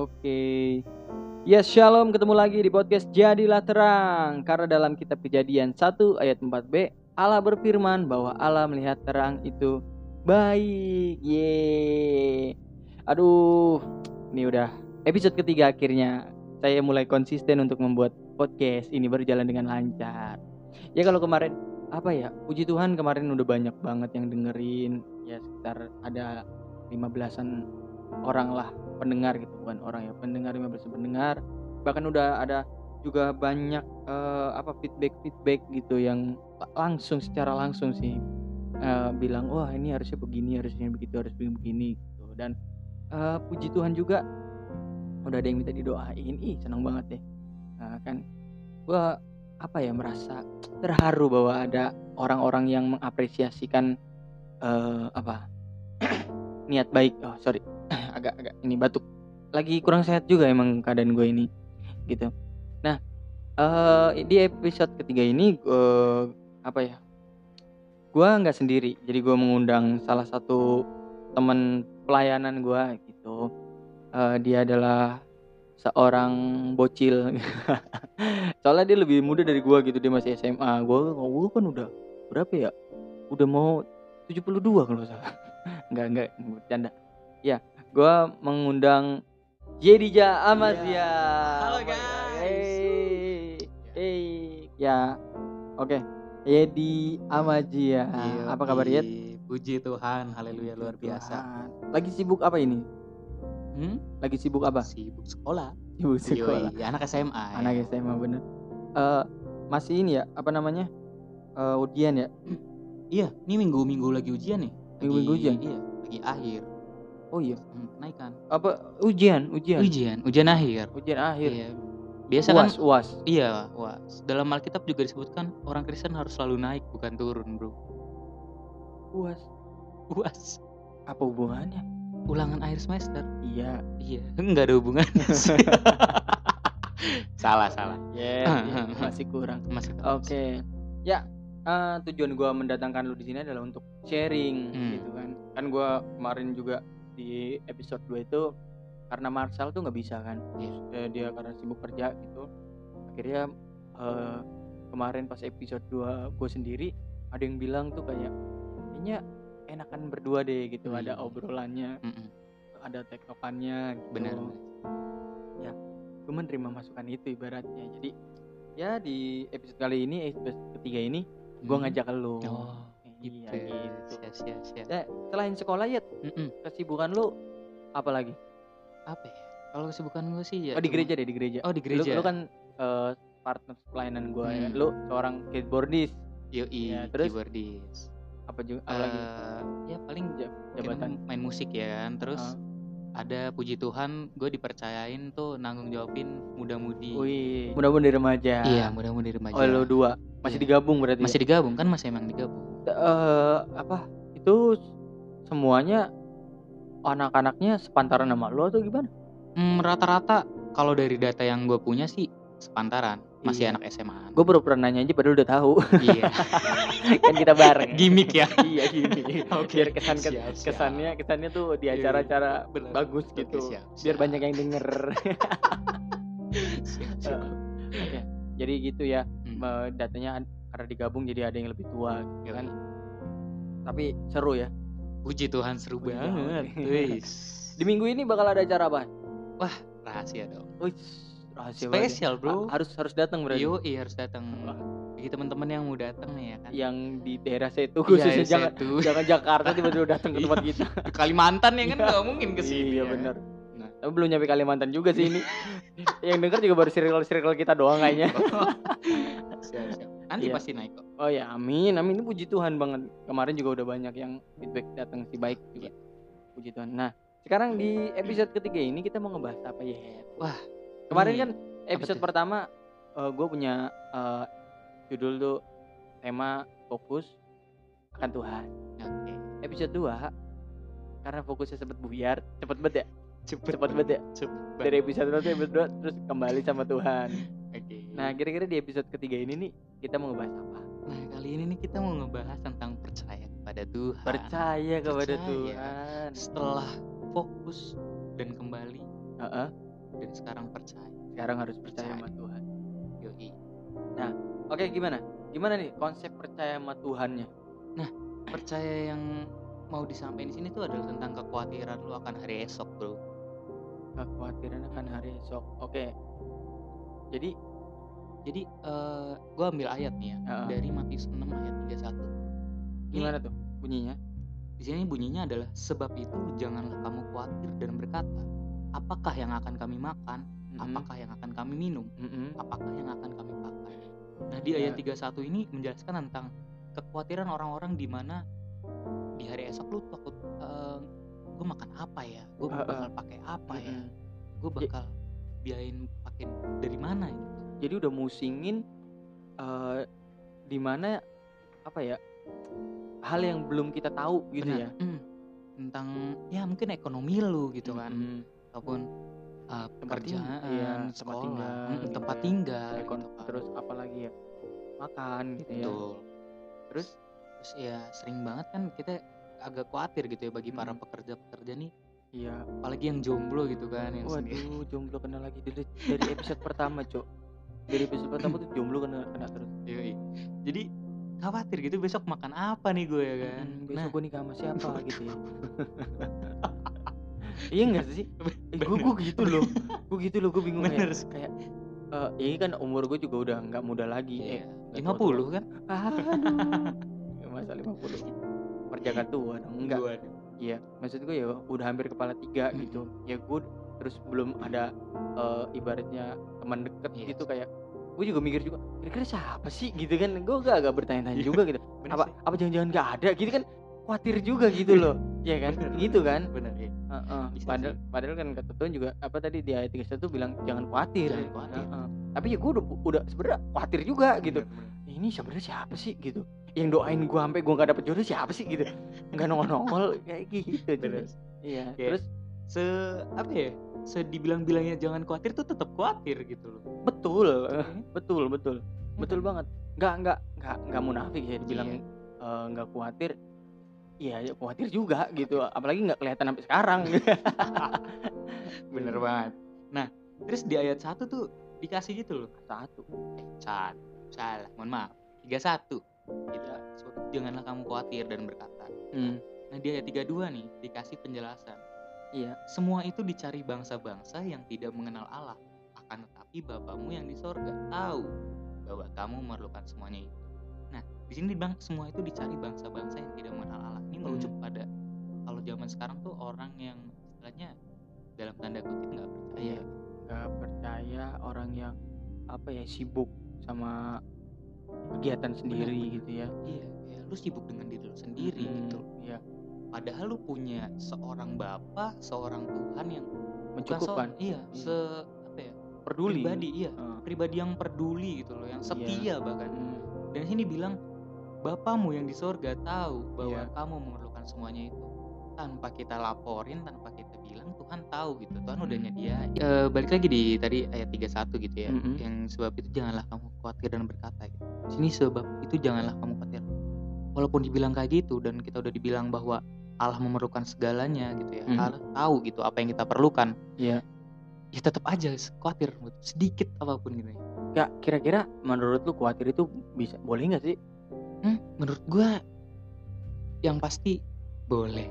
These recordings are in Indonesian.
Oke. Yes, shalom, ketemu lagi di podcast Jadilah Terang. Karena dalam kitab Kejadian 1 ayat 4b, Allah berfirman bahwa Allah melihat terang itu baik. Yeay. Aduh, ini udah episode ketiga akhirnya. Saya mulai konsisten untuk membuat podcast ini berjalan dengan lancar. Ya kalau kemarin, puji Tuhan kemarin udah banyak banget yang dengerin. Ya sekitar ada 15-an orang lah pendengar gitu, bukan orang ya, pendengar, 15 pendengar. Bahkan udah ada juga banyak feedback gitu yang secara langsung sih bilang wah ini harusnya begini, harusnya begitu, harus begini gitu. Dan puji Tuhan juga udah ada yang minta didoain. Senang banget deh. Kan gua merasa terharu bahwa ada orang-orang yang mengapresiasikan niat baik. agak ini batuk, lagi kurang sehat juga emang keadaan gue ini gitu. Nah di episode ketiga ini gue nggak sendiri, jadi gue mengundang salah satu teman pelayanan gue gitu. Dia adalah seorang bocil soalnya dia lebih muda dari gue gitu, dia masih SMA. Gue kan udah berapa ya, udah mau 72 kalau nggak salah. Enggak bercanda ya. Gue mengundang Jedija Amazia. Halo guys. Ya, oke. Yedi Amazia. Apa kabar Yed? Puji Tuhan, haleluya, luar biasa. Lagi sibuk apa ini? Lagi sibuk apa? Sibuk sekolah. Ya, anak SMA. Anak SMA bener. Masih ini ya, ujian ya? Iya, ini minggu lagi ujian nih. Minggu ujian? Iya, lagi akhir. Oh iya. Kenaikan. Apa ujian akhir? Ujian akhir. Iya. Biasa UAS. Iya, UAS. Dalam Alkitab juga disebutkan orang Kristen harus selalu naik bukan turun, bro. UAS. Apa hubungannya? Ulangan akhir semester. Iya. Enggak ada hubungannya. Salah. Masih kurang. Oke. Ya, tujuan gue mendatangkan lu di sini adalah untuk sharing gitu kan. Kan gue kemarin juga di episode 2 itu karena Marshall tuh nggak bisa kan, dia karena sibuk kerja gitu. Akhirnya kemarin pas episode 2 gue sendiri, ada yang bilang tuh kayaknya enakan berdua deh gitu. Ada obrolannya, ada tektokannya gitu. Benar. Ya, gue menerima masukan itu ibaratnya. Jadi ya di episode kali ini, episode ketiga ini, gue ngajak lu. Gitu. Siap. Selain sekolah ya, kesibukan lu apa lagi? Apa ya? Kalau kesibukan gue sih ya. Di gereja. Oh, di gereja. Lu kan partner pelayanan gue ya. Lu seorang keyboardist. Ya, terus keyboardist. Apa lagi? Ya paling jabatan main musik ya kan. Terus ada puji Tuhan gue dipercayain tuh nanggung jawabin muda-mudi. Wih, muda-mudi remaja. Iya, muda-mudi remaja. Oh, lu 2. Masih digabung berarti? Masih digabung kan, masih emang digabung. Itu semuanya anak-anaknya sepantaran sama lu atau gimana? Rata-rata kalau dari data yang gue punya sih sepantaran. Masih anak SMA. Gue baru pernah nanya aja padahal udah tahu. Iya. Kan kita bareng. Gimik ya. Iya, gimik. Biar kesannya tuh di acara-acara bagus gitu. Siap. Biar banyak yang denger. Siap. Oke. Jadi gitu ya. Datanya karena digabung jadi ada yang lebih tua gitu kan. Tapi seru ya. Puji Tuhan, seru banget. Di minggu ini bakal ada acara apa? Wah, rahasia dong. Rahasia spesial banget. Bro. Harus datang berarti. Iya, harus datang. Bagi teman-teman yang mau datang nih ya kan. Yang di daerah Setu khususnya, jangan Jakarta tiba-tiba datang ke tempat kita. Kalimantan ya kan enggak mungkin ke sini. Iya benar. Nah, tapi belum nyampe Kalimantan juga sih ini. Yang denger juga baru circle kita doang kayaknya. Siap. Nanti pasti naik kok. Oh ya, amin. Ini puji Tuhan banget. Kemarin juga udah banyak yang feedback datang si baik juga. Puji Tuhan. Nah, sekarang di episode ketiga ini kita mau ngebahas apa ya? Wah, kemarin kan episode pertama gue punya judul tuh tema fokus akan Tuhan. Oke. Episode 2 karena fokusnya sempat buyar, cepet banget ya. Dari episode 1 ke episode 2 terus kembali sama Tuhan. Oke. Nah, kira-kira di episode ketiga ini nih kita mau ngebahas apa? Nah, kali ini nih kita mau ngebahas tentang percaya kepada Tuhan. Percaya kepada Tuhan. Setelah fokus dan kembali dan sekarang percaya. Sekarang harus percaya sama Tuhan. Yoi. Oke, gimana nih konsep percaya sama Tuhannya? Nah, percaya yang mau disampaikan di sini tuh adalah tentang kekhawatiran lu akan hari esok, bro. Kekhawatiran akan hari esok. Oke. Jadi gue ambil ayat nih ya dari Matius 6 ayat 31. Gimana tuh bunyinya? Di sini bunyinya adalah, sebab itu janganlah kamu khawatir dan berkata, apakah yang akan kami makan? Apakah yang akan kami minum? Apakah yang akan kami pakai? Nah, di ayat 31 ini menjelaskan tentang kekhawatiran orang-orang di mana di hari esok lu takut, gue makan apa ya? Gue bakal pakai apa ya? Gue bakal biayain pakai dari mana gitu. Jadi udah musingin di mana apa ya? Hal yang belum kita tahu gitu. Benar. Ya. Tentang ya mungkin ekonomi lu gitu kan. Ataupun pekerjaan, sekolah, tempat tinggal gitu, terus apalagi ya, makan gitu. Betul. Ya. Terus ya sering banget kan kita agak khawatir gitu ya bagi para pekerja-pekerja nih. Iya. Apalagi yang jomblo gitu kan, yang waduh, jomblo kena lagi dari episode pertama, Cok. Dari episode pertama tuh jomblo kena terus. Yoi. Jadi khawatir gitu besok makan apa nih gue ya kan. Besok gue nikah sama siapa gitu ya. Iya enggak sih? Gue gitu loh. Gue bingung kayak ini kan umur gue juga udah enggak muda lagi. 50 kan? Aduh. Masa 50. Perjaka tua dong. Enggak. Iya, maksud gue ya udah hampir kepala 3 gitu. Ya gue terus belum ada ibaratnya teman deket gitu, kayak gue juga mikir juga kira-kira siapa sih gitu kan. Gue agak bertanya-tanya juga gitu. Apa jangan-jangan enggak ada gitu kan. Khawatir juga gitu loh. Iya kan? Gitu kan? Benar ya. Padahal kan kata Tuhan juga apa tadi di ayat 31 bilang jangan khawatir. Tapi ya gue udah sebenarnya khawatir juga gitu. Ini sebenarnya siapa sih gitu? Yang doain gue sampai gue nggak dapet jodoh siapa sih gitu? Nggak nongol kayak gitu. Iya. Terus dibilang-bilangnya jangan khawatir tuh tetap khawatir gitu loh. Betul banget. Nggak munafik ya dibilang nggak khawatir. Iya, ya khawatir juga gitu. Apalagi nggak kelihatan sampai sekarang. Bener banget. Nah, terus di ayat 1 tuh dikasih gitu loh. Salah, mohon maaf. 31 gitu. Janganlah kamu khawatir dan berkata. Nah, di ayat 32 nih dikasih penjelasan. Iya. Semua itu dicari bangsa-bangsa yang tidak mengenal Allah. Akan tetapi Bapamu yang di sorga tahu bahwa kamu memerlukan semuanya itu. Nah, di sini bang, semua itu dicari bangsa-bangsa yang tidak mengenal Allah. Ini merujuk pada kalau zaman sekarang tuh orang yang istilahnya dalam tanda kutip nggak percaya, orang yang apa ya, sibuk sama kegiatan sendiri. Gitu ya. Iya, lu sibuk dengan diri lu sendiri gitu. Iya. Padahal lu punya seorang Bapa, seorang Tuhan yang mencukupkan. Peduli. Pribadi yang peduli gitu loh, yang setia bahkan. Dan sini bilang Bapamu yang di sorga tahu bahwa kamu memerlukan semuanya itu. Tanpa kita laporin, tanpa kita bilang, Tuhan tahu gitu. Tuhan udah nyediain. Balik lagi di tadi ayat 31 gitu ya. Yang sebab itu janganlah kamu khawatir dan berkata gitu. Sini sebab itu janganlah kamu khawatir. Walaupun dibilang kayak gitu dan kita udah dibilang bahwa Allah memerlukan segalanya gitu ya. Allah tahu gitu apa yang kita perlukan. Iya. Ya tetap aja khawatir sedikit apapun gitu ya. Ya, kira-kira menurut lu khawatir itu boleh nggak sih? Menurut gue yang pasti boleh.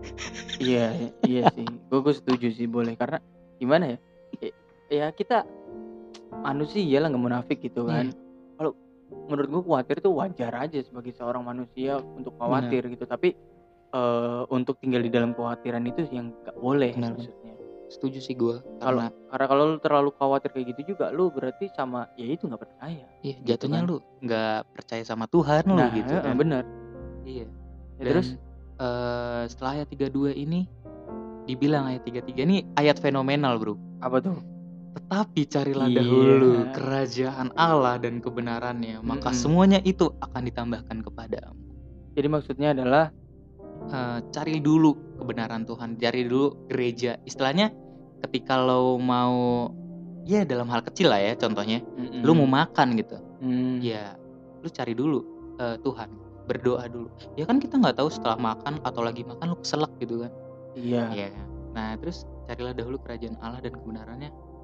Iya sih, gue setuju sih boleh, karena gimana ya? Ya kita manusia lah, nggak munafik gitu kan. Kalau menurut gue khawatir itu wajar aja sebagai seorang manusia untuk khawatir gitu. Tapi untuk tinggal di dalam kekhawatiran itu yang nggak boleh. Maksudnya. Setuju sih gue. Karena kalau lu terlalu khawatir kayak gitu juga, lu berarti sama ya itu nggak percaya. Iya, jatuhnya gitu kan? Lu nggak percaya sama Tuhan lu gitu kan. Bener. Iya. Ya, terus setelah ayat 32 ini dibilang ayat 33 ini ayat fenomenal, bro. Apa tuh? Tetapi carilah dahulu kerajaan Allah dan kebenarannya, maka semuanya itu akan ditambahkan kepadamu. Jadi maksudnya adalah cari dulu kebenaran Tuhan, cari dulu gereja. Istilahnya ketika lo mau, ya dalam hal kecil lah ya contohnya, lo mau makan gitu, ya lo cari dulu Tuhan, berdoa dulu. Ya kan kita nggak tahu setelah makan atau lagi makan lo keselak gitu kan. Iya. Nah terus carilah dahulu kerajaan Allah dan kebenarannya,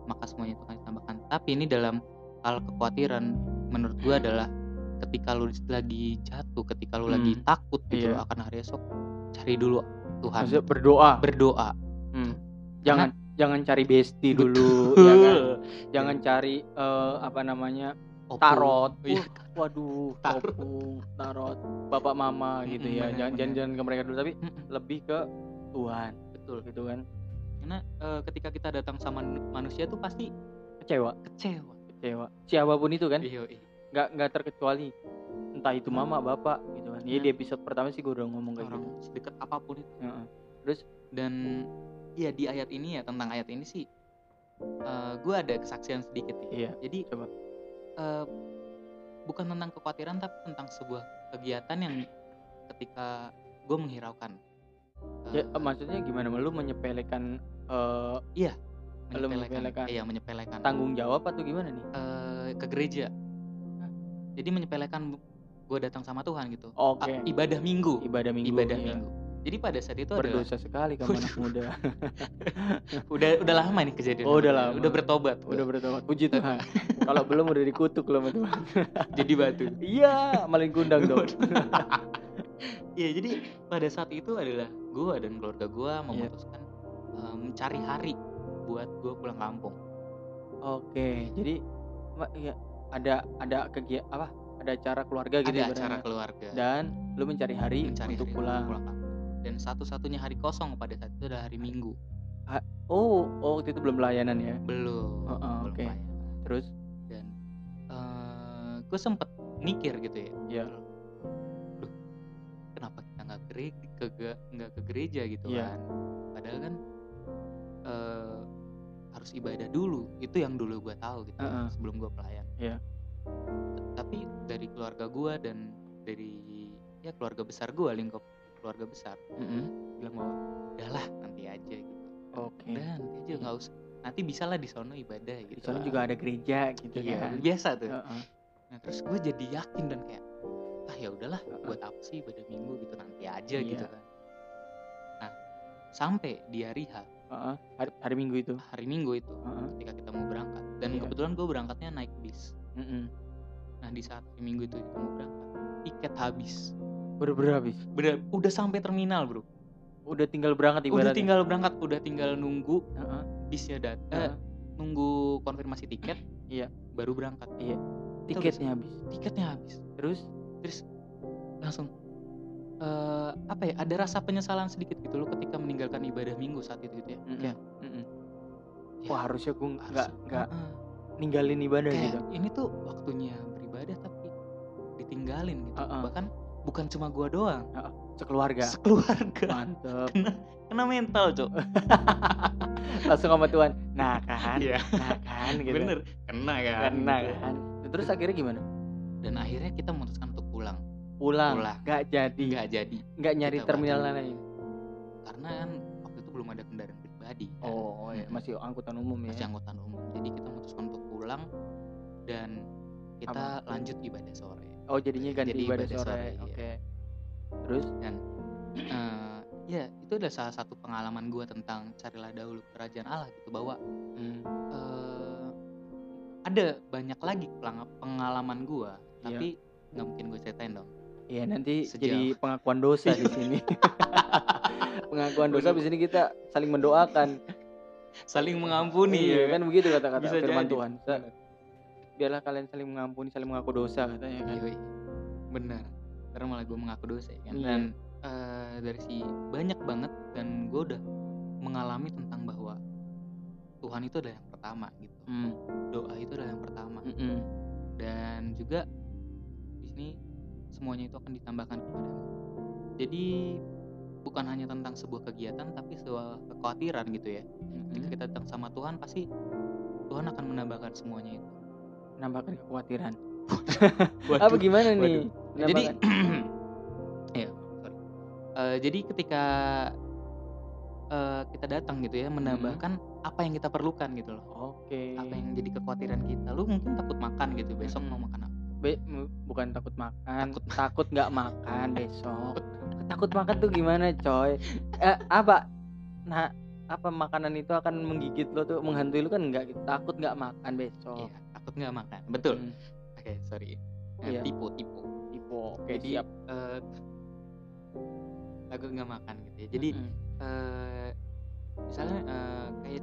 maka semuanya itu akan ditambahkan. Tapi ini dalam hal kekhawatiran menurut gue adalah ketika lu lagi jatuh, ketika lu lagi takut gitu Iya. akan hari esok, cari dulu Tuhan. Maksudnya gitu. berdoa. Berdoa. Jangan cari besti dulu, Betul. ya kan? Jangan cari apa namanya Opung. tarot. Iya. Waduh, opung, tarot, bapak mama gitu ya. Bener. Jangan ke mereka dulu, tapi lebih ke Tuhan, Betul. gitu kan? Karena ketika kita datang sama manusia tuh pasti Kecewa. Siapapun itu kan? Iya. Nggak terkecuali, entah itu mama, bapak, gitu kan? Iya, di episode pertama sih gue udah ngomong kayak orang gitu. sedekat apapun itu. Terus dan ya di ayat ini ya, tentang ayat ini sih gue ada kesaksian sedikit ya. Iya. Jadi coba. Bukan tentang kekhawatiran, tapi tentang sebuah kegiatan yang ketika gue menghiraukan. Maksudnya gimana? Lu menyepelekan menyepelekan tanggung jawab atau gimana nih? Ke gereja. Jadi menyepelekan gue datang sama Tuhan gitu. Oke. Ibadah minggu. Ibadah Iya. minggu. Jadi pada saat itu berdosa sekali kamu anak muda. udah lama nih kejadian. Oh, udah lama. Udah bertobat. Puji Tuhan. Kalau belum udah dikutuk loh sama Tuhan. Jadi batu. Iya, maling kundang dong. Iya, jadi pada saat itu adalah gue dan keluarga gue memutuskan mencari hari buat gue pulang kampung. Oke, jadi ya, ada kegiatan apa? Ada acara keluarga gitu. Ada acara keluarga. Dan lu mencari hari untuk pulang kampung. Dan satu-satunya hari kosong pada saat itu adalah hari Minggu. Waktu itu belum pelayanan ya? Belum. Oke. Pelayanan. Terus? Dan gue sempet mikir gitu ya. Iya. Duh, kenapa kita nggak ke gereja gitu kan? Padahal kan harus ibadah dulu. Itu yang dulu gue tahu gitu sebelum gue pelayan. Iya. Tapi dari keluarga gue dan dari keluarga besar gue, lingkup keluarga besar, bilang bahwa udahlah nanti aja gitu. Oke. Udah nanti aja, nggak usah. Nanti bisa lah di sono ibadah gitu. Di sono juga ada gereja gitu. Iya, kan? biasa tuh. Nah terus gue jadi yakin dan kayak ya udahlah, buat apa sih ibadah minggu gitu, nanti aja gitu kan. Nah sampai di hari hari Minggu itu. Ketika kita mau berangkat dan kebetulan gue berangkatnya naik bis. Nah di saat hari Minggu itu kita mau berangkat, tiket habis. Bener-bener habis. Udah sampai terminal bro. Udah tinggal berangkat ibaratnya. Udah tinggal nunggu bisnya datang, nunggu konfirmasi tiket. Iya. Baru berangkat. Iya. Tiketnya habis. Terus langsung ada rasa penyesalan sedikit gitu loh ketika meninggalkan ibadah minggu saat itu gitu ya. Wah, harusnya gue nggak ninggalin ibadah kayak gitu. Ini tuh waktunya beribadah tapi ditinggalin gitu. Bahkan bukan cuma gua doang, sekeluarga. Mantep. Kena mental, Cok. Langsung sama Tuhan. Nah kan gitu. Bener, kena kan. Terus akhirnya gimana? Dan akhirnya kita memutuskan untuk pulang. Gak jadi. Gak nyari kita terminal lain. Karena kan waktu itu belum ada kendaraan pribadi kan? Masih angkutan umum ya. Jadi kita memutuskan untuk pulang dan kita lanjut ibadah sore. Jadinya ganti ibadah sore. Oke. Terus dan itu adalah salah satu pengalaman gue tentang carilah dahulu kerajaan Allah gitu, bahwa ada banyak lagi pengalaman gue, tapi nggak mungkin gue ceritain dong. Iya, nanti jadi pengakuan dosa di sini. Pengakuan dosa di sini kita saling mendoakan, saling mengampuni. Iya kan begitu kata-kata firman jadi. Tuhan. Biarlah kalian saling mengampuni, saling mengaku dosa katanya kan. Iya. Benar. Karena malah gue mengaku dosa ya kan. Dan dari si banyak banget, dan gue udah mengalami tentang bahwa Tuhan itu adalah yang pertama gitu. Doa itu adalah yang pertama. Dan juga di sini semuanya itu akan ditambahkan kepadamu. Jadi bukan hanya tentang sebuah kegiatan, tapi sebuah kekhawatiran gitu ya. Ketika kita datang sama Tuhan, pasti Tuhan akan menambahkan semuanya itu. Menambahkan kekhawatiran. Apa gimana nih? Jadi jadi ketika kita datang gitu ya, menambahkan apa yang kita perlukan gitu loh. Oke. Apa yang jadi kekhawatiran kita. Lu mungkin takut makan gitu, besok mau makan apa? Bukan takut makan, takut nggak makan besok. Takut makan tuh gimana coy? Apa? Nah, apa makanan itu akan menggigit lo tuh, menghantui lo kan enggak gitu. Takut nggak makan besok. Iya, takut nggak makan. Betul. Hmm. Oke, sorry. Iya. Tipu. Oke, Jadi siap. takut nggak makan gitu ya. Jadi misalnya kayak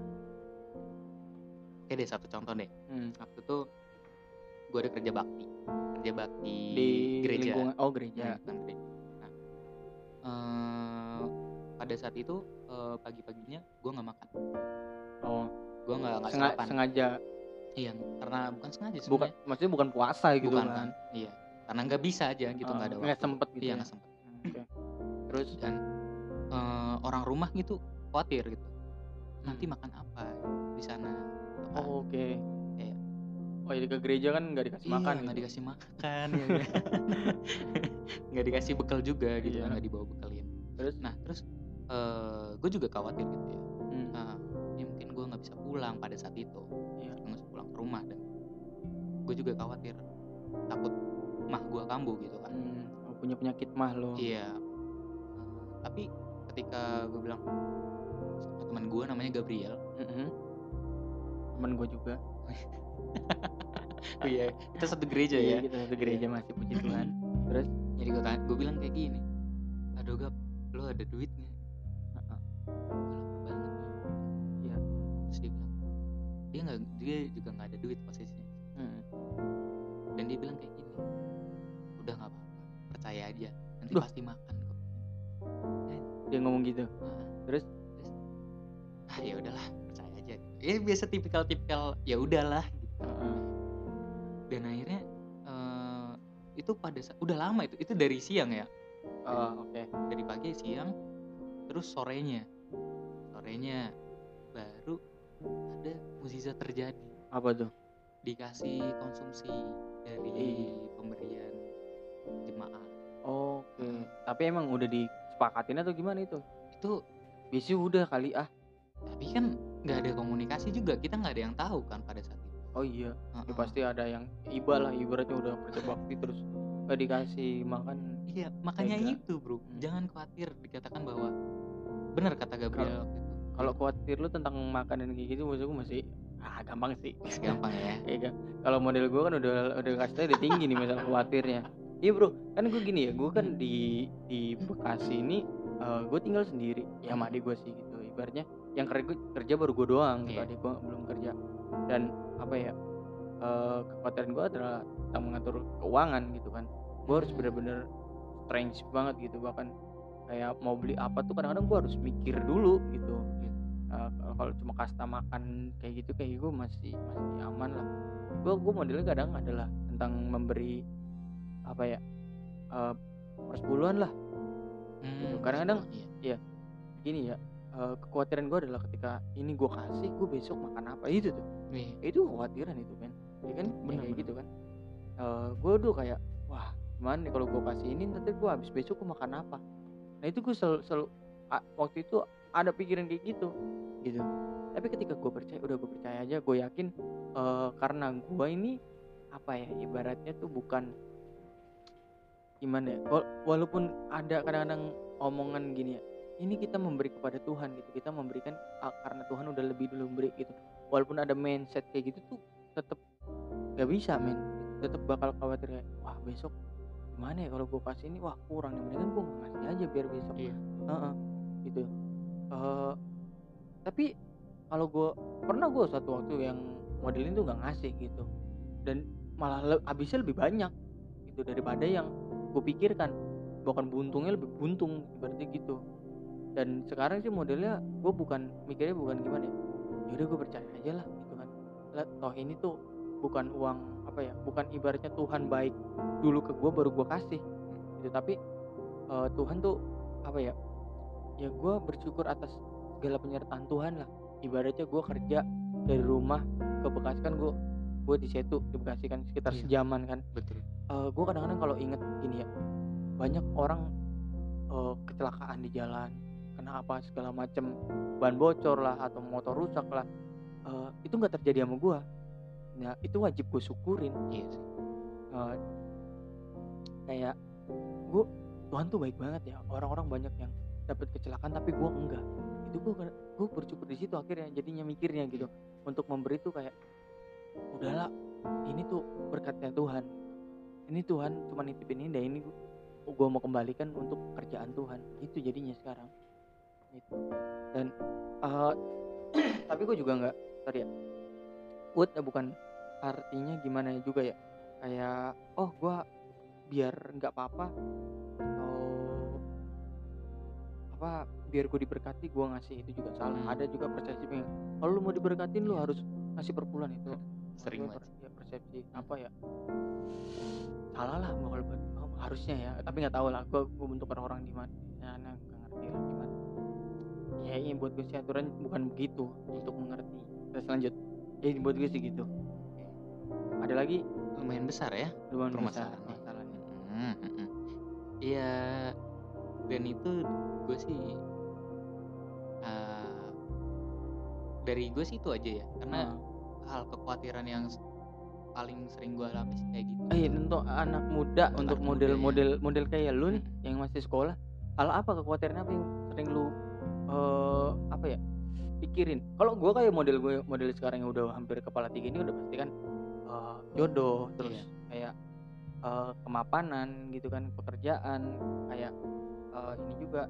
deh satu contoh deh. Waktu itu gue ada kerja bakti Di gereja. lingkungan gereja. Nah, pada saat itu pagi-paginya gue nggak makan. Gue nggak sarapan. Sengaja. Iya, karena bukan sengaja sebenarnya. Maksudnya bukan puasa gitu kan. Iya, karena nggak bisa aja gitu, nggak ada waktu. Nggak sempet gitu. Iya, ya? nggak sempet. Okay. Terus dan orang rumah gitu khawatir gitu. Nanti makan apa di sana? Oke. Kayak jadi ke gereja kan nggak dikasih makan. Nggak dikasih makan ya. Nggak dikasih bekal juga gitu kan, nggak dibawa bekalin. Terus gue juga khawatir gitu ya. Ya mungkin gue nggak bisa pulang pada saat itu. Nggak bisa pulang ke rumah, dan gue juga khawatir, takut mah gue kambuh gitu kan. Punya penyakit mah lo. Iya. Tapi ketika gue bilang sama teman gue namanya Gabriel. Temen gue juga. Iya, kita satu gereja ya. Kita satu gereja, masih puji Tuhan. Terus jadi gue bilang kayak gini, aduh Gap, lo ada duit nggak? Gue lapar banget. Iya. Terus dia juga nggak ada duit posisinya. Dan dia bilang kayak gini, udah nggak apa-apa, percaya aja, nanti pasti makan kok. Dia ngomong gitu. Terus ya udahlah, percaya aja. Ya biasa tipikal ya udahlah gitu. Dan akhirnya itu pada saat udah lama itu dari siang ya. Oke. Dari pagi, siang, terus sorenya baru ada mukjizat terjadi. Apa tuh? Dikasih konsumsi dari pemberian jemaat. Oke. Tapi emang udah disepakatin atau gimana itu? Itu biasanya udah kali Tapi kan nggak ada komunikasi juga, kita nggak ada yang tahu kan pada saat itu. Oh iya. Ya pasti ada yang ibaratnya udah kerja bakti terus gak dikasih makan. Iya, makanya itu bro, jangan khawatir dikatakan bahwa benar kata Gabriel waktu itu. Kalau khawatir lu tentang makanan kayak gitu, maksudku masih gampang sih. Gampang ya. Iya. Kalau model gue kan udah kasih tau udah tinggi nih masalah khawatirnya. Iya bro, kan gue gini ya, gue kan di Bekasi ini gue tinggal sendiri ya sama adik gue sih gitu. Ibaratnya yang kerja baru gue doang gitu, adik gue belum kerja. Dan apa ya, kekhawatiran gue adalah tentang mengatur keuangan gitu kan. Gue harus bener-bener strange banget gitu, bahkan kayak mau beli apa tuh kadang-kadang gue harus mikir dulu gitu. Kalau cuma kasta makan kayak gitu kayak gue masih aman lah. Gue modelnya kadang adalah tentang memberi apa ya, persepuluhan lah gitu. Kadang-kadang ya gini ya, kekhawatiran gue adalah ketika ini gue kasih, gue besok makan apa itu tuh. Itu kekhawatiran itu kan ya kan, kayak gitu kan. Gue tuh kayak wah gimana nih kalau gue kasih ini, nanti gue habis besok gue makan apa. Nah itu gue selalu waktu itu ada pikiran kayak gitu. Tapi ketika gue percaya aja, gue yakin karena gue ini apa ya, ibaratnya tuh bukan gimana ya, walaupun ada kadang-kadang omongan gini ya, ini kita memberi kepada Tuhan gitu, kita memberikan karena Tuhan udah lebih dulu memberi gitu. Walaupun ada mindset kayak gitu tuh tetap gak bisa tetap bakal khawatir kayak wah besok gimana ya kalau gue kasih ini, wah kurang nih, mendingan gue ngasih aja biar besok. Gitu. Tapi kalau gue pernah satu waktu yang modelin tuh gak ngasih gitu, dan malah habisnya lebih banyak gitu daripada yang gue pikirkan, bahkan buntungnya lebih buntung seperti gitu. Dan sekarang sih modelnya gue mikirnya bukan gimana ya, yaudah gue percaya aja lah gitu kan. Toh ini tuh bukan uang apa ya, bukan ibaratnya Tuhan baik dulu ke gue baru gue kasih gitu, tapi Tuhan tuh apa ya, ya gue bersyukur atas segala penyertaan Tuhan lah. Ibaratnya gue kerja dari rumah ke Bekasi kan, gue di situ di Bekasi kan sekitar sejaman kan. Betul. Gue kadang-kadang kalau inget gini ya, banyak orang kecelakaan di jalan, kenapa segala macem, ban bocor lah atau motor rusak lah, itu nggak terjadi sama gue. Nah itu wajib gue syukurin. Iya sih. Kayak Tuhan tuh baik banget ya. Orang-orang banyak yang dapat kecelakaan tapi gue enggak gitu. itu gue bersyukur di situ akhirnya jadinya mikirnya gitu untuk memberi tuh kayak udahlah ini tuh berkatnya Tuhan, ini Tuhan cuma nitipin ini dan ini gue mau kembalikan untuk kerjaan Tuhan itu jadinya sekarang gitu. Dan tapi gue juga nggak sorry ya bukan artinya gimana juga ya kayak gue biar nggak apa-apa atau apa biar gue diberkati gue ngasih itu juga salah. Ada juga persepsi kalau lu mau diberkatin lu harus ngasih per bulan itu sering banget persepsi apa ya salah lah kalau harusnya ya tapi nggak tahu lah gue bentuk orang di mana nggak ngerti lah gimana ya ini buat gue sih aturan bukan begitu untuk mengerti. Terus lanjut ini buat gue sih gitu. Ada lagi lumayan besar ya permasalahannya. Iya dan itu gue sih dari gue sih itu aja ya karena hal kekhawatiran yang paling sering gue alami sih kayak gitu. Untuk anak muda untuk model kayak lu nih yang masih sekolah hal apa kekhawatiran apa yang sering lu apa ya pikirin? Kalau gue kayak model sekarang yang udah hampir kepala 3 ini udah pasti kan jodoh terus kayak kemapanan gitu kan pekerjaan kayak ini juga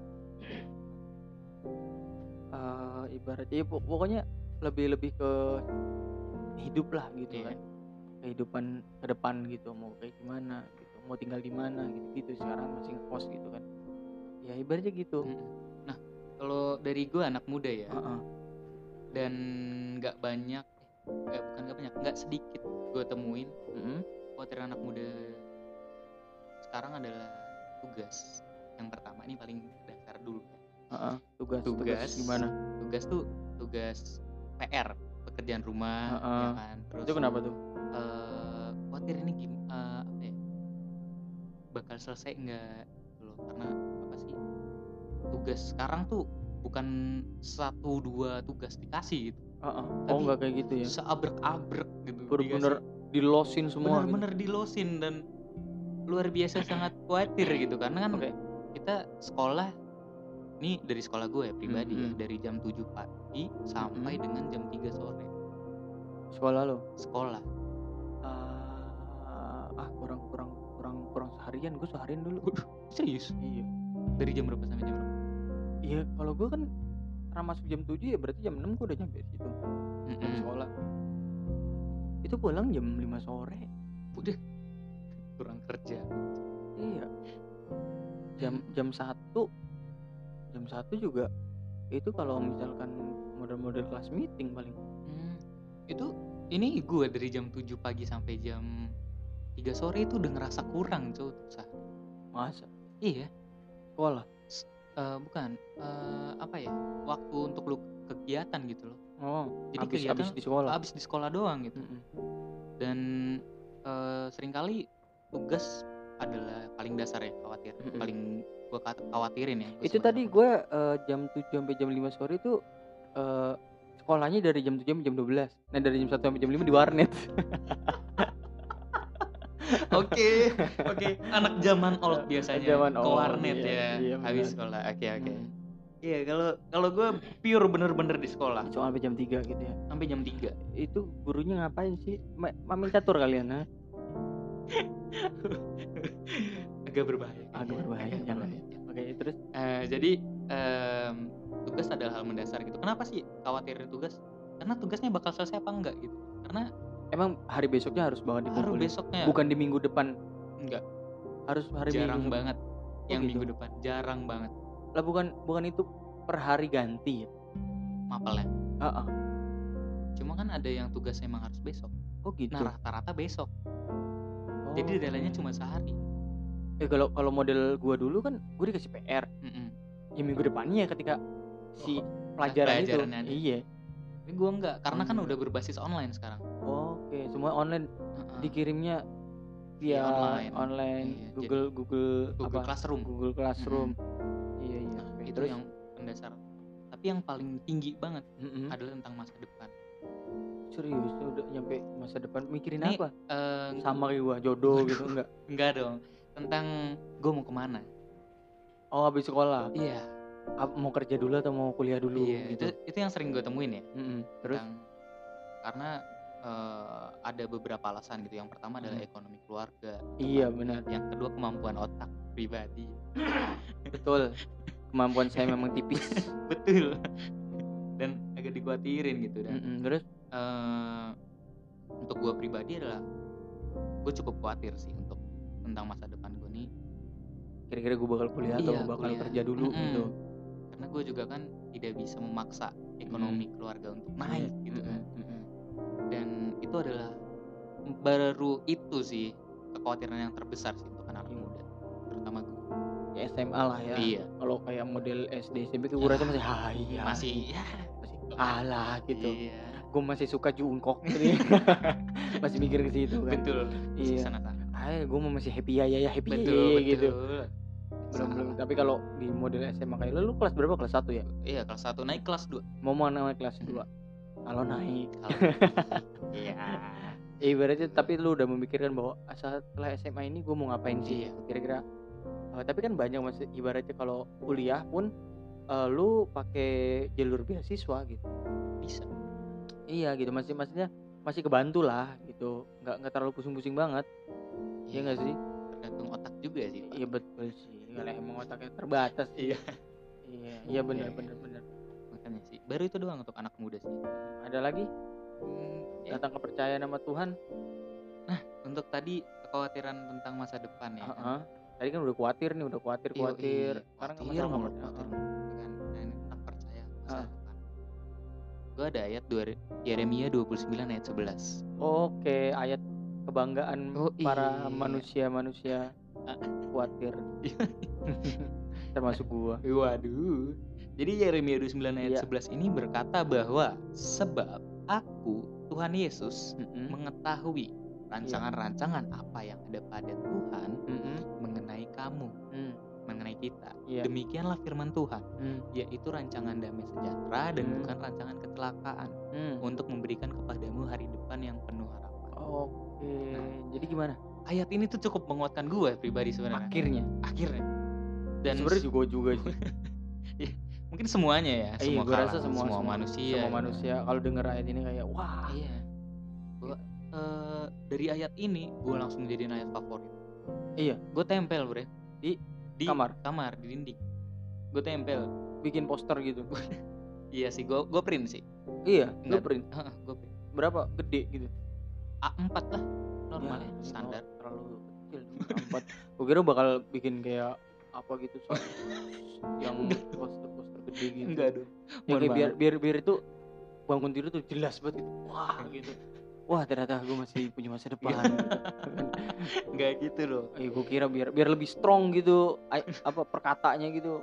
ibaratnya pokoknya lebih ke hidup lah gitu kan kehidupan ke depan gitu mau kayak gimana gitu mau tinggal di mana gitu sekarang masih ngekos gitu kan ya ibaratnya gitu. Nah kalau dari gue anak muda ya dan nggak banyak nggak sedikit gue temuin kekhawatiran anak muda sekarang adalah tugas. Yang pertama ini paling dasar dulu. Tugas gimana? Tugas tuh tugas PR pekerjaan rumah ya kan. Terus itu kenapa tuh? Khawatir ini apa ya bakal selesai nggak loh karena apa sih tugas sekarang tuh bukan 1-2 tugas dikasih gitu. Nggak kayak gitu ya? Seabrek-abrek gitu. Bener-bener dilosin semua. Bener-bener gitu. Dilosin dan luar biasa sangat khawatir gitu karena kan kita sekolah ini dari sekolah gue ya pribadi ya dari jam 7 pagi sampai dengan jam 3 sore. Sekolah lo? Sekolah. Kurang seharian, gue seharian dulu. Serius? Iya. Dari jam berapa sampai jam berapa? Iya, kalau gue kan karena masuk jam 7 ya berarti jam 6 gue udah nyampe situ. Sekolah. Itu pulang jam 5 sore. Udah kurang kerja. Iya. Jam 1 juga itu kalau misalkan model kelas meeting paling. Itu ini gue dari jam 7 pagi sampai jam 3 sore itu udah ngerasa kurang tuh sah. Masa? Iya. Sekolah? Bukan apa ya waktu untuk lu kegiatan gitu loh. Jadi habis di sekolah. Habis di sekolah doang gitu. Dan seringkali tugas adalah paling dasar ya khawatir. Paling gue khawatirin ya. Itu tadi gue jam 7 sampai jam 5 sore itu sekolahnya dari jam 7 sampai jam 12. Nah dari jam 1 sampai jam 5 di warnet. Oke. Anak zaman old biasanya. Zaman ke warnet ya. Iya, habis sekolah. Oke. Iya, kalau gue pure bener-bener di sekolah. Cuma sampai jam 3 gitu ya. Sampai jam 3. Itu gurunya ngapain sih? Main catur kalian, ha? Agak berbahaya. Jangan ya. Oke, terus jadi tugas adalah hal mendasar gitu. Kenapa sih khawatirin tugas? Karena tugasnya bakal selesai apa enggak gitu. Karena emang hari besoknya harus banget dikumpulin. Hari besoknya. Bukan di minggu depan. Enggak. Harus hari jarang minggu. Banget. Yang gitu? Minggu depan jarang banget. Lah bukan itu per hari ganti ya? Mapelnya. Cuma kan ada yang tugas emang harus besok. Gitu. Nah rata-rata besok. Jadi deadline-nya cuma sehari. Kalau model gua dulu kan gua dikasih PR. Ya minggu depannya ketika si pelajaran itu. Iya. Tapi gua enggak karena kan udah berbasis online sekarang. Oke, semua online. Dikirimnya via online. Iya, Google Classroom. Google Classroom. Iya. Itu terus yang mendasar. Tapi yang paling tinggi banget adalah tentang masa depan. Serius udah nyampe masa depan mikirin ini, apa? Sama kayak gua jodoh gitu enggak dong. Tentang gua mau kemana? Habis sekolah. Iya. mau kerja dulu atau mau kuliah dulu Iya, gitu. itu yang sering gue temuin ya. Terus Karena ada beberapa alasan gitu. Yang pertama adalah ekonomi keluarga. Iya, benar. Yang kedua kemampuan otak pribadi. Betul. Kemampuan saya memang tipis. Betul. Dan agak dikhawatirin gitu. Dan Terus untuk gue pribadi adalah gue cukup khawatir sih untuk tentang masa depan gue nih. Kira-kira gue bakal kuliah atau bakal kerja dulu gitu. Karena gue juga kan tidak bisa memaksa ekonomi keluarga untuk naik gitu kan. Dan itu adalah baru itu sih kekhawatiran yang terbesar sih untuk anak muda, terutama gue. Ya SMA lah ya. Iya. Kalau kayak model SD SMP gue rasa masih masih alah gitu. Iya. Gue masih suka jungkok gitu. Masih mikir ke situ kan. Betul. Iya. Gue masih happy ya happy betul. Gitu. Belum. Tapi kalau di model SMA kayak lu kelas berapa? Kelas 1 ya? Iya, kelas 1 naik kelas 2. Mau naik kelas 2. Kalau naik. Iya. Ibaratnya tapi lu udah memikirkan bahwa setelah SMA ini gue mau ngapain sih? Kira-kira. Tapi kan banyak masih ibaratnya kalau kuliah pun lu pakai jalur beasiswa gitu. Bisa. Iya gitu, maksudnya masih kebantu lah gitu. Enggak terlalu pusing-pusing banget. Iya enggak sih? Tergantung otak juga sih, Pak. Iya betul sih. Kalau emang otaknya terbatas. Iya benar. Makanya sih baru itu doang untuk anak muda sih. Ada lagi tentang kepercayaan sama Tuhan. Nah, untuk tadi kekhawatiran tentang masa depan ya. Tadi kan udah khawatir. Sekarang khawatir kan. Nah, ini tentang percaya masa depan. Gue ada ayat Yeremia 29 ayat 11. Oke, ayat kebanggaan para manusia khawatir. Termasuk gua. Waduh. Jadi Yeremia 29 ayat 11 ini berkata bahwa sebab aku Tuhan Yesus mengetahui rancangan-rancangan apa yang ada pada Tuhan mengenai kamu, mengenai kita. Demikianlah firman Tuhan, yaitu rancangan damai sejahtera dan bukan rancangan kecelakaan, untuk memberikan kepadamu hari depan yang penuh harapan. Oke. Jadi gimana? Ayat ini tuh cukup menguatkan gue pribadi sebenarnya. Akhirnya. Dan sebenarnya juga sih. Mungkin semuanya ya, semua gue rasa semua manusia. Semua manusia kalau dengar ayat ini kayak wah. Iya. Gua dari ayat ini gue langsung jadiin ayat favorit. Iya. Gue tempel bre di kamar di dinding. Gue tempel. Bikin poster gitu. Iya sih, gue print sih. Iya. Gue print. Gue print. Berapa gede gitu? A4 lah. Normal ya, standar. Terlalu kecil. A4. Gue kira bakal bikin kayak apa gitu yang poster gede gitu. Enggak dong. Ya kayak biar itu bangun tidur tuh jelas banget gitu. Wah gitu. Wah ternyata gue masih punya masa depan. Enggak gitu loh. Gue kira biar lebih strong gitu apa perkataannya gitu.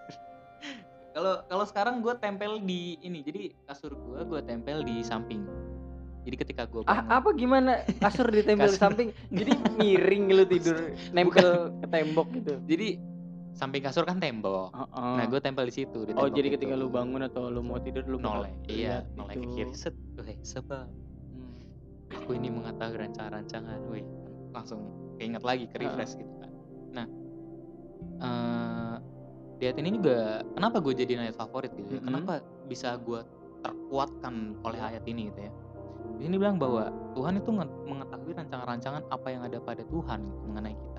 Kalau sekarang gue tempel di ini. Jadi kasur gue tempel di samping. Jadi ketika gue bangun, apa gimana kasur ditempel di samping? Jadi miring lu tidur nempel ke tembok gitu. Jadi samping kasur kan tembok. Nah, gue tempel di situ di tembok. Jadi ketika lu bangun atau lu mau tidur lu noleh. Iya, noleh ke kiri. Sebab aku ini mengetahui rancangan-rancangan. Langsung keinget lagi ke refresh gitu kan. Nah, di ayat ini juga kenapa gue jadiin ayat favorit gitu ya? Kenapa bisa gue terkuatkan oleh ayat ini gitu ya? Di sini bilang bahwa Tuhan itu mengetahui rancangan-rancangan apa yang ada pada Tuhan gitu, mengenai kita.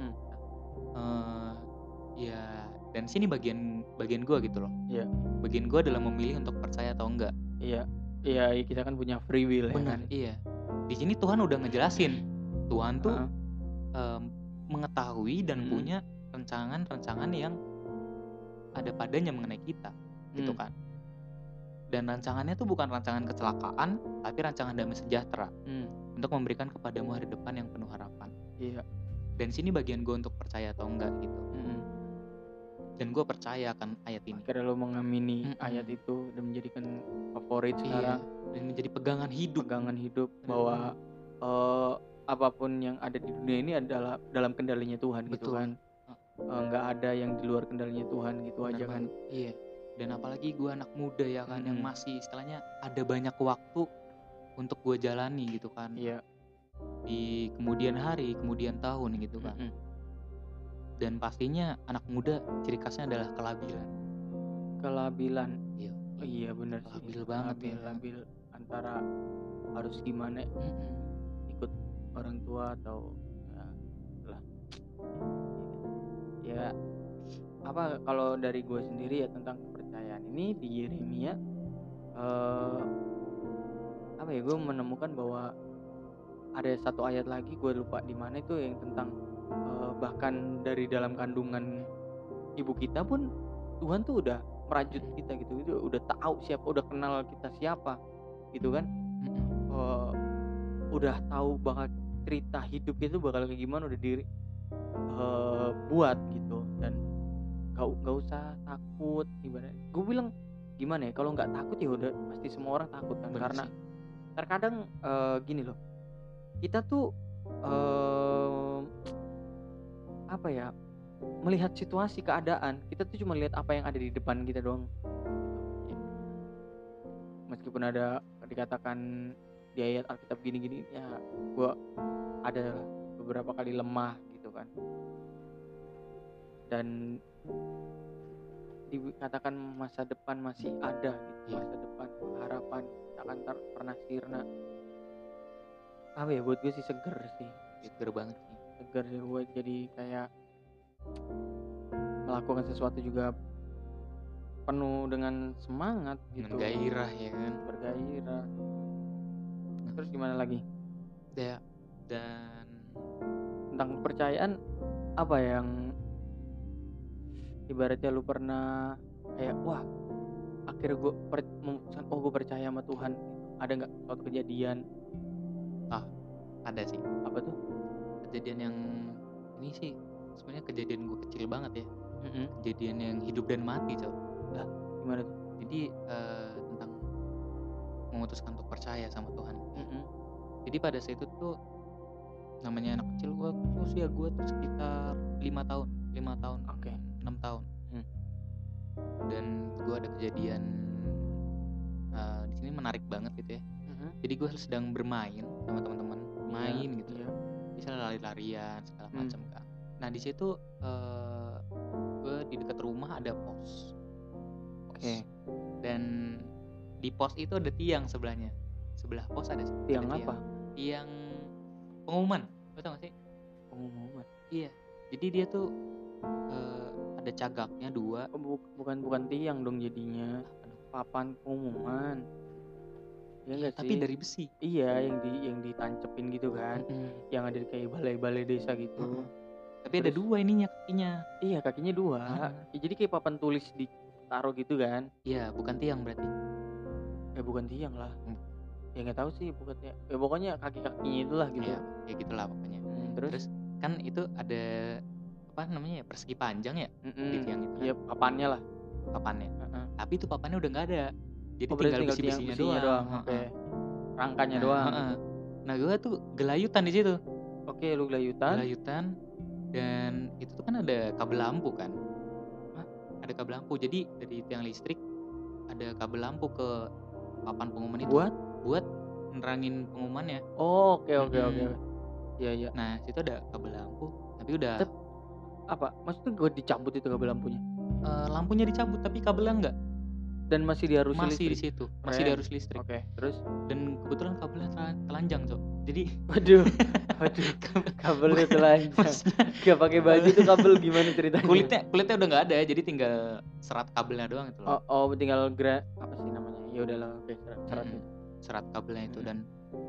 Ya, dan sini bagian gue gitu loh. Iya. Bagian gue adalah memilih untuk percaya atau enggak. Iya, kita kan punya free will. Benar, kan? Iya. Di sini Tuhan udah ngejelasin. Tuhan tuh mengetahui dan punya rancangan-rancangan yang ada padanya mengenai kita, gitu kan. Dan rancangannya tuh bukan rancangan kecelakaan, tapi rancangan damai sejahtera untuk memberikan kepadamu hari depan yang penuh harapan. Iya. Dan sini bagian gue untuk percaya atau enggak gitu. Dan gue percaya akan ayat ini. Akhirnya lo mengamini ayat itu dan menjadikan favorit sekarang. Dan menjadi pegangan hidup. Bahwa apapun yang ada di dunia ini adalah dalam kendalinya Tuhan. Betul. Gitu kan. Nggak ada yang di luar kendalinya Tuhan gitu. Benar aja kan. Iya. Dan apalagi gue anak muda ya kan, yang masih istilahnya ada banyak waktu untuk gue jalani gitu kan. Iya. Di kemudian hari, kemudian tahun gitu kan. Dan pastinya anak muda ciri khasnya adalah kelabilan. kelabilan. Iya. Iya benar sih. Labil banget ya. Labil antara harus gimana ikut orang tua atau ya lah. Ya apa kalau dari gue sendiri ya tentang kepercayaan ini di Yeremia apa ya, gue menemukan bahwa ada satu ayat lagi, gue lupa di mana itu, yang tentang bahkan dari dalam kandungan ibu kita pun Tuhan tuh udah merajut kita gitu, itu udah tahu siapa, udah kenal kita siapa gitu kan. Udah tahu bakal cerita hidup itu bakal kayak gimana, udah buat gitu. Dan gak usah takut. Ibarat gue bilang gimana ya, kalau nggak takut ya udah pasti semua orang takut kan. Bener Karena sih. terkadang gini loh, kita tuh apa ya, melihat situasi keadaan, kita tuh cuma lihat apa yang ada di depan kita doang. Meskipun ada dikatakan di ayat Alkitab gini-gini, ya gue ada beberapa kali lemah gitu kan, dan dikatakan masa depan masih ada gitu. Masa depan, harapan akan pernah sirna. Apa ya, buat gue sih seger sih, Seger banget sih. seger sih buat jadi kayak melakukan sesuatu juga penuh dengan semangat gitu, Dengan gairah ya kan. bergairah. Terus gimana lagi? Dan Tentang kepercayaan, apa yang ibaratnya lu pernah kayak wah akhirnya gue memutuskan gue percaya sama Tuhan gitu. Ada nggak suatu kejadian? ada sih Apa tuh? kejadian yang ini sih sebenarnya kejadian gue kecil banget ya. Kejadian yang hidup dan mati, Cok. Gimana tuh? Jadi tentang memutuskan untuk percaya sama Tuhan. Jadi pada saat itu tuh namanya anak kecil, usia gue tuh sekitar 5 tahun. Oke. 6 tahun. Dan gue ada kejadian di sini menarik banget gitu ya. Jadi gue sedang bermain sama teman-teman, main gitu. Iya. Bisa lari-larian segala macam kan. Nah di situ gue di dekat rumah ada pos. Oke. Dan di pos itu ada tiang sebelahnya. Sebelah pos ada Tiang apa? Tiang pengumuman. Lo tau gak sih? Pengumuman. Iya. Jadi dia tuh ada cagaknya 2. Bukan tiang dong jadinya. Papan pengumuman. Ya enggak sih? Tapi dari besi. Iya, yang ditancepin gitu kan. Yang ada kayak balai-balai desa gitu. Tapi ada 2 ininya kakinya. Iya, kakinya 2. Ya, jadi kayak papan tulis ditaruh gitu kan. Iya, bukan tiang berarti. Ya bukan tiang lah. Ya nggak tahu sih, bukan tiang. Ya pokoknya kaki-kakinya itulah gitu. Iya, ya gitulah pokoknya. Terus kan itu ada apa namanya ya, persegi panjang ya di tiang itu. Iya, papannya lah. Papannya. Tapi itu papannya udah nggak ada. Jadi tinggal besi-besinya doang. Oke. Rangkanya doang. Nah gue tuh gelayutan di situ. Oke, lu gelayutan. Dan itu tuh kan ada kabel lampu kan. Ada kabel lampu. Jadi dari tiang listrik ada kabel lampu ke papan pengumuman itu. Buat nerangin pengumumannya. Oh, oke. Iya. Nah situ ada kabel lampu. Tapi udah. Apa? Maksudnya gue dicabut itu kabel lampunya? Lampunya dicabut tapi kabelnya enggak. Dan masih diarus listrik? Masih di situ. Masih diarus listrik. Oke. Terus? Dan kebetulan kabelnya telanjang, Cok. Jadi waduh. Kabelnya telanjang. Gak pakai baju tuh kabel, gimana ceritanya? Kulitnya udah nggak ada, jadi tinggal serat kabelnya doang itu loh. Oh, tinggal apa sih namanya? Ya udahlah, oke, serat itu. Serat kabelnya itu. Dan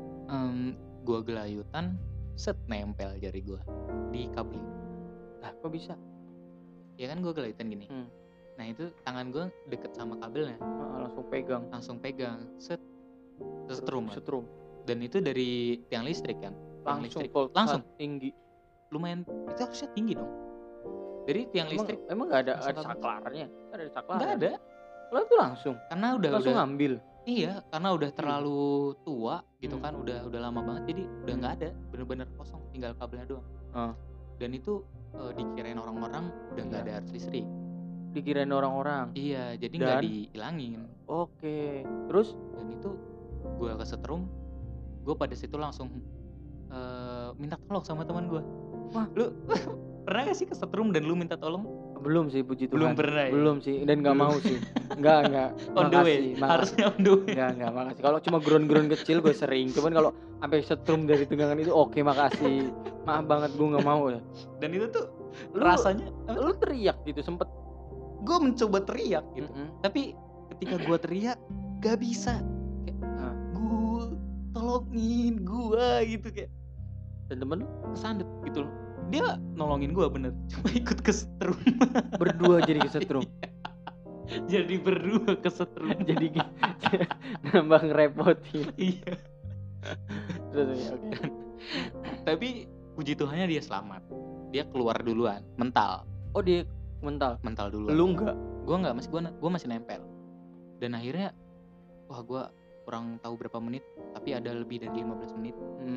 gua gelayutan, nempel jari gua di kabel itu. Lah, kok bisa? Ya kan gua gelayutan gini. Nah itu tangan gue deket sama kabelnya. Langsung pegang. Setrum. Dan itu dari tiang listrik kan. Langsung tinggi. Lumayan, itu harusnya tinggi dong. Dari tiang listrik. Emang gak ada saklarnya? Ada saklar? Gak ada. Lo itu langsung? Karena udah ngambil? Iya, karena udah terlalu tua gitu kan. Udah lama banget, jadi udah gak ada. Bener-bener kosong, tinggal kabelnya doang. Dan itu dikirain orang-orang udah gak ada arus listrik. Dikirain orang-orang? Iya, jadi gak dihilangin. Oke. Terus? Dan itu gue kesetrum. Gue pada situ langsung minta tolong sama teman gue. Wah, lu pernah gak sih kesetrum dan lu minta tolong? Belum sih, puji Belum Tuhan. pernah ya? Belum sih, dan nggak Belum. mau sih. Enggak. On the way. Harusnya on the way. Enggak, makasih. Kalau cuma ground kecil gue sering. Cuman kalau sampai setrum dari tunggangan itu oke, makasih. Maaf banget, gue nggak mau. Dan itu tuh Lu- rasanya Lu teriak gitu sempet. gue mencoba teriak gitu. Tapi ketika gue teriak gak bisa. Kayak, gue tolongin gue gitu kayak. Dan temen lu Kesandet gitu loh. Dia nolongin gue bener. Cuma ikut kesetrum. berdua jadi kesetrum. Jadi berdua kesetrum. Jadi nambah ngerepotin. Iya. Terus, oke. Tapi puji Tuhannya dia selamat. Dia keluar duluan, mental Oh, dia mental. duluan. Lu enggak? Gue masih nempel. Dan akhirnya wah gue kurang tahu berapa menit, tapi ada lebih dari 15 menit.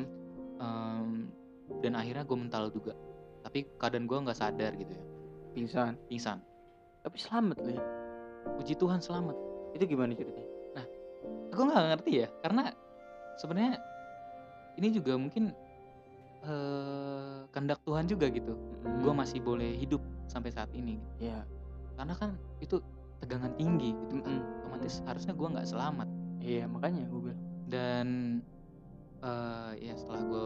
Dan akhirnya gue mental juga. Tapi keadaan gue nggak sadar gitu ya. Pingsan. Tapi selamat lu ya. Puji Tuhan selamat. Itu gimana ceritanya? Nah, gue nggak ngerti ya, karena sebenarnya ini juga mungkin kehendak Tuhan juga gitu. Gue masih boleh hidup sampai saat ini. Iya. Karena kan itu tegangan tinggi gitu kan. Otomatis harusnya gue nggak selamat. Iya, makanya gue bilang. Dan ya setelah gue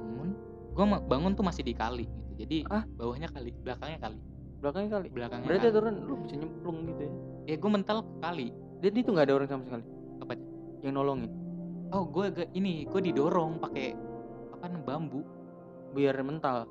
bangun tuh masih di kali gitu. Jadi bawahnya kali, belakangnya kali. Belakangnya Kali. Berarti turun lu bisa nyemplung gitu ya. Ya gue mental ke kali. Dan itu nggak ada orang sama sekali Apa? yang nolongin. Oh, gue didorong pakai bambu. Biar mental.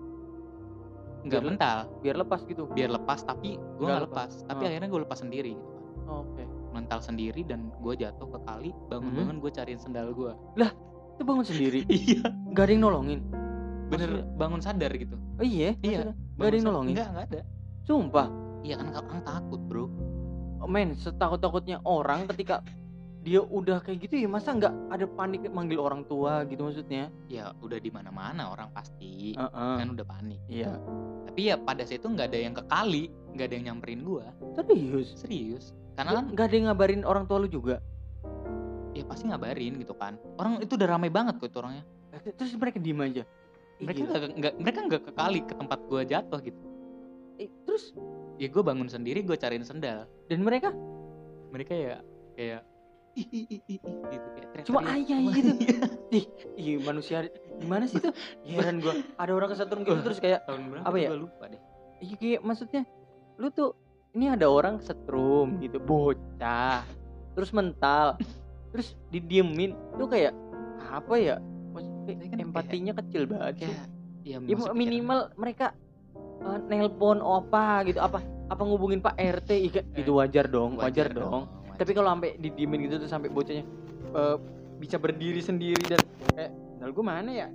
Enggak mental, Biar lepas gitu. biar lepas, tapi gue Nggak nggak lepas. Tapi akhirnya gue lepas sendiri gitu kan. Oke. Mental sendiri dan gue jatuh ke kali. Bangun gue cariin sendal gue. Itu bangun sendiri. Iya, Gak ada yang nolongin. bener. Bangun sadar gitu. Oh iya? Iya. Gak ada yang nolongin? Enggak ada. Sumpah. Iya kan orang takut bro. Men, setakut-takutnya orang ketika dia udah kayak gitu ya, masa nggak ada panik manggil orang tua gitu maksudnya? Ya udah di mana-mana orang pasti kan udah panik. Iya. Tapi ya pada saat itu nggak ada yang ke kali, nggak ada yang nyamperin gua. Serius. Karena kan nggak ada yang ngabarin orang tua lu juga. Ya pasti ngabarin gitu kan. Orang itu udah ramai banget kok itu orangnya. Terus mereka diem aja. Mereka nggak ke kali, ke tempat gua jatuh gitu. Terus ya gua bangun sendiri, gua cariin sendal. Dan mereka ya kayak gitu kayak cuma ayah gitu. Ih, manusia gimana sih tuh? Heran gua. Ada orang kesetrum gitu terus kayak tahun berapa? Apa ya? Gua lupa deh. Iya, kayak maksudnya lu tuh ini ada orang kesetrum gitu, bocah. Terus mental. Terus didiemin. Tuh kayak apa ya? Maksudnya Kan empatinya kecil banget sih. Kayak ya Ya minimal mereka nelpon apa gitu, apa ngubungin Pak RT itu wajar dong. Tapi kalau sampai didiemin gitu tuh sampai bocahnya bisa berdiri sendiri dan sendal gue mana ya?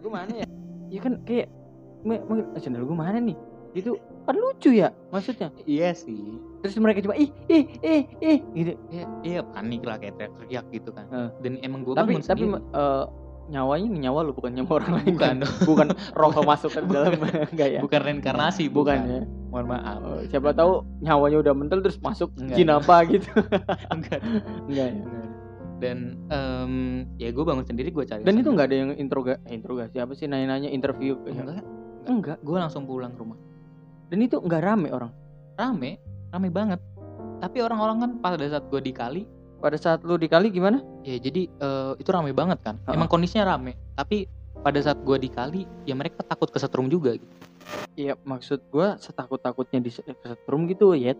Ya kan kayak sendal gue mana nih? Itu kan lucu ya maksudnya. Iya sih. Terus mereka cuma ih gitu. Iya panik lah kayak teriak gitu kan. Dan emang gue Tapi bangun sendiri. nyawanya ini nyawa lu, bukan nyawa orang lain. Bukan roh masuk ke dalam enggak ya? Bukan reinkarnasi, Bukan ya. Mohon maaf. Siapa tahu nyawanya udah mental terus masuk Enggak. jin apa gitu. Enggak. Enggak ya. Dan ya gue bangun sendiri, gue cari. Dan itu enggak ada yang interogasi apa sih, nanya-nanya interview kayak. Enggak. Gue langsung pulang ke rumah. Dan itu enggak rame orang. Rame banget. Tapi orang-orang kan pada saat gue di kali. Pada saat lu di kali gimana? Ya jadi itu rame banget kan. Emang kondisinya rame. Tapi pada saat gue di kali, ya mereka takut kesetrum juga gitu. Iya, maksud gue setakut-takutnya di kesetrum gitu ya.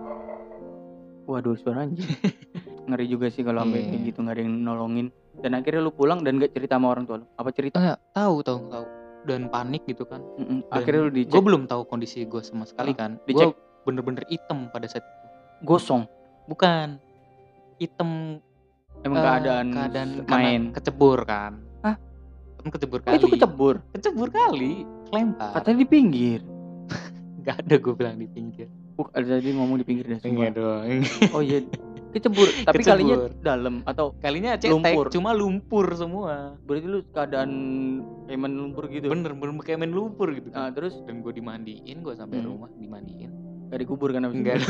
Waduh, suara anjing. Ngeri juga sih kalau sampai kayak gitu nggak ada yang nolongin. Dan akhirnya lu pulang dan gak cerita sama orang tua lu. Apa cerita? Tahu. Dan panik gitu kan. Akhirnya lu dicek. Gue belum tahu kondisi gue sama sekali kan. Dicek. Gue bener-bener hitam pada saat itu. Gosong. Bukan. Hitam. Emang keadaan main kecebur kan. Kecebur kali. Itu kecebur kali, kelempar. Katanya di pinggir. Gak ada gue bilang di pinggir. Ada jadi ngomong di pinggir dah. Enggak dong. Oh iya, kecebur. Tapi kalinya dalam atau kalinya cetek, lumpur. Cuma lumpur semua. Berarti lu keadaan kayak main lumpur gitu. Bener kayak main lumpur gitu kan. Terus dan gue dimandiin, gue sampai rumah dimandiin. Gak dikubur kan abis Enggak. itu?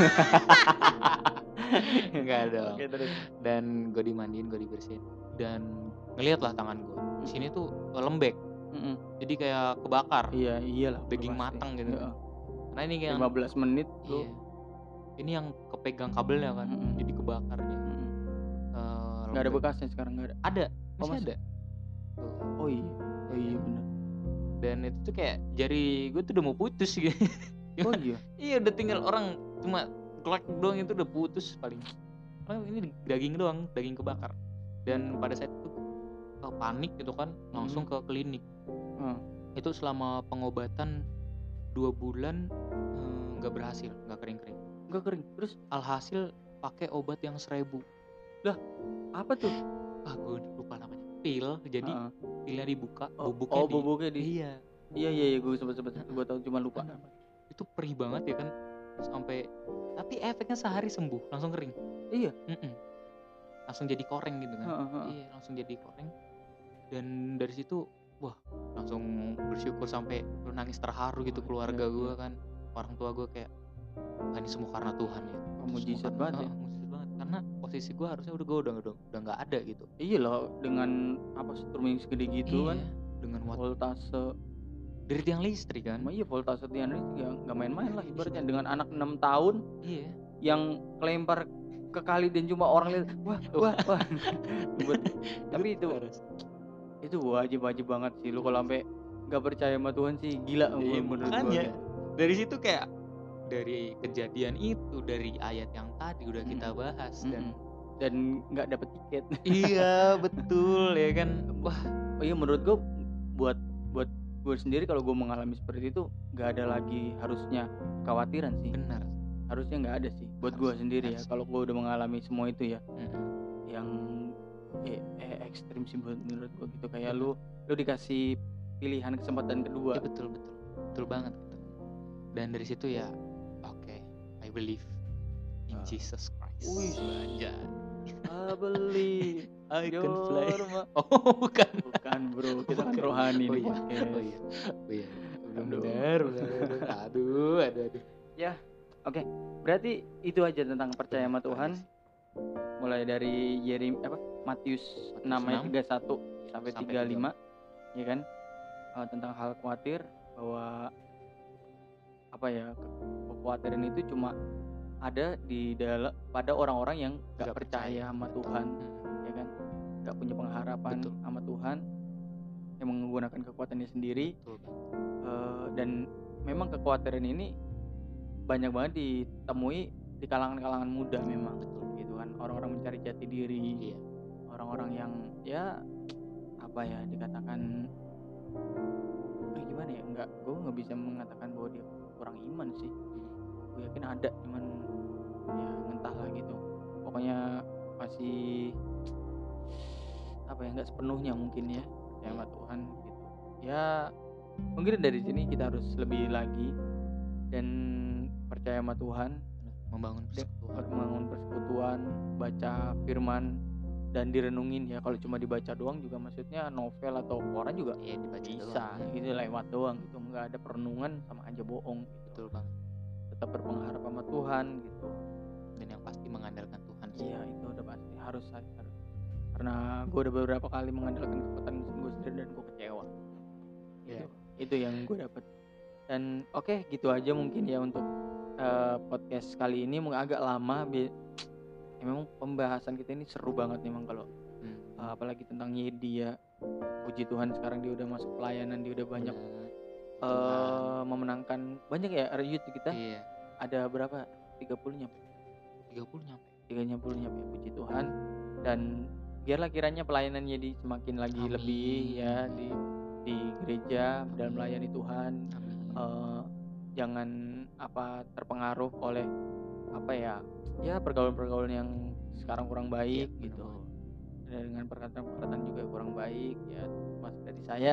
Enggak dong. Oke, terus. Dan gue dimandiin, gue dibersihin. Dan ngeliat lah tangan gue. Di sini tuh lembek. Jadi kayak kebakar. Iyalah. Daging matang gitu. Nah ini yang 15 menit lu. Iya. Ini yang kepegang kabelnya kan, jadi kebakar dia. Nggak ada bekasnya sekarang, nggak ada. Ada, masih masih? ada. Tuh. Oh iya benar. Dan itu tuh kayak jari gue tuh udah mau putus gitu. Oh iya. Iya udah tinggal orang cuma klak doang itu udah putus paling. Karena ini daging doang, daging kebakar. Dan pada saat itu panik gitu kan, langsung ke klinik. Itu selama pengobatan 2 bulan nggak berhasil, nggak kering-kering. Nggak kering. Terus alhasil pakai obat yang 1000. Lah, apa tuh? Gue lupa namanya. Pil, jadi pilnya dibuka, bubuknya bubuknya di. Iya, gue sempet gue tahu cuma lupa. Itu perih banget ya kan, sampai tapi efeknya sehari sembuh, langsung kering. Iya. Langsung jadi koreng gitu kan. Iya, langsung jadi koreng. Dan dari situ, wah, langsung bersyukur sampai lu nangis terharu gitu keluarga gue kan, orang tua gue kayak, ini semua karena Tuhan ya. Mujizat banget ya. Mujizat banget karena posisi gue harusnya udah nggak ada gitu. Iya loh, dengan strum yang segede gitu kan, dengan voltase dari tiang listrik kan. Iya, voltase tiang listrik ya nggak main-main lah ibaratnya, dengan anak 6 tahun. Iya. Yang kelempar ke kali dan cuma orang lihat wah. Tapi itu wajib banget sih lu kalau sampai nggak percaya sama Tuhan sih gila. Makanya dari situ kayak dari kejadian itu, dari ayat yang tadi udah kita bahas dan nggak dapet tiket. Iya betul ya kan. Wah, iya menurut gue buat gue sendiri kalau gue mengalami seperti itu nggak ada lagi harusnya kekhawatiran sih. Benar. Harusnya nggak ada sih buat gue sendiri ya, kalau gue udah mengalami semua itu ya. Yang ekstrim sih menurut gue gitu, kayak lu dikasih pilihan kesempatan kedua. Ya, betul banget gitu. Dan dari situ ya I believe in Jesus Christ. Wih, anjay. I believe I can fly. Bukan bro, kita kan rohani nih. Oh iya. Benar. Aduh. Ya, oke. Berarti itu aja tentang percaya sama Tuhan. Mulai dari Matius 6 ayat 31 sampai 35, ya kan? Tentang hal khawatir, bahwa kekhawatiran itu cuma ada pada orang-orang yang gak percaya sama Tuhan, ya kan? Gak punya pengharapan sama Tuhan, yang menggunakan kekuatannya sendiri. Dan memang kekhawatiran ini banyak banget ditemui di kalangan muda memang, gitu kan. Orang-orang mencari jati diri, orang-orang yang dikatakan gimana ya, gue nggak bisa mengatakan bahwa dia kurang iman sih. Gue yakin ada, cuman ya entahlah gitu. Pokoknya masih nggak sepenuhnya mungkin ya sama Tuhan gitu. Ya mungkin dari sini kita harus lebih lagi dan percaya sama Tuhan, membangun persekutuan, baca firman dan direnungin ya. Kalau cuma dibaca doang juga, maksudnya novel atau koran juga bisa doang, gitu lewat doang gitu, nggak ada perenungan sama aja bohong gitu. Betul bang. Tetap berpengharap sama Tuhan gitu, dan yang pasti mengandalkan Tuhan. Iya, itu udah pasti harus. Karena gue udah beberapa kali mengandalkan kekuatan gue sendiri dan gue kecewa. Itu yang gue dapet. Dan oke, gitu aja mungkin ya untuk podcast kali ini. Mungkin agak lama, memang pembahasan kita ini seru banget memang kalau apalagi tentang Yedi ya. Puji Tuhan sekarang dia udah masuk pelayanan, dia udah banyak memenangkan banyak ya youth kita. Iya. Ada berapa? 30 nyampe. Puji Tuhan. Dan biarlah kiranya pelayanan Yedi semakin lagi lebih ya di gereja dalam melayani Tuhan. Jangan terpengaruh oleh pergaulan-pergaulan yang sekarang kurang baik gitu. Dengan perkataan juga kurang baik ya, masuk dari saya.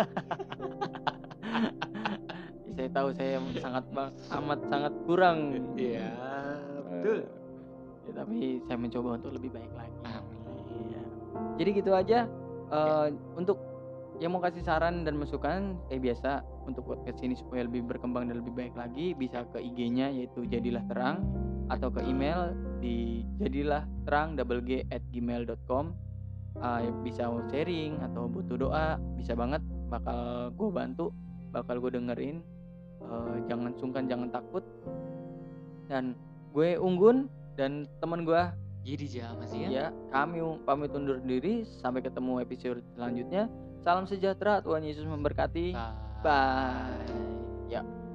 Saya tahu saya sangat kurang. Iya, betul. Ya, tapi saya mencoba untuk lebih baik lagi. Amin. Ya. Jadi gitu aja. Untuk yang mau kasih saran dan masukan kayak biasa untuk podcast ini supaya lebih berkembang dan lebih baik lagi, bisa ke IG-nya yaitu Jadilah Terang, atau ke email di jadilahterang@gmail.com. Bisa sharing atau butuh doa, bisa banget, bakal gue bantu, bakal gue dengerin. Jangan sungkan, jangan takut. Dan gue Unggun dan teman gue Jadi masih ya. ya, kami pamit undur diri. Sampai ketemu episode selanjutnya. Salam sejahtera, Tuhan Yesus memberkati. Bye. Ya.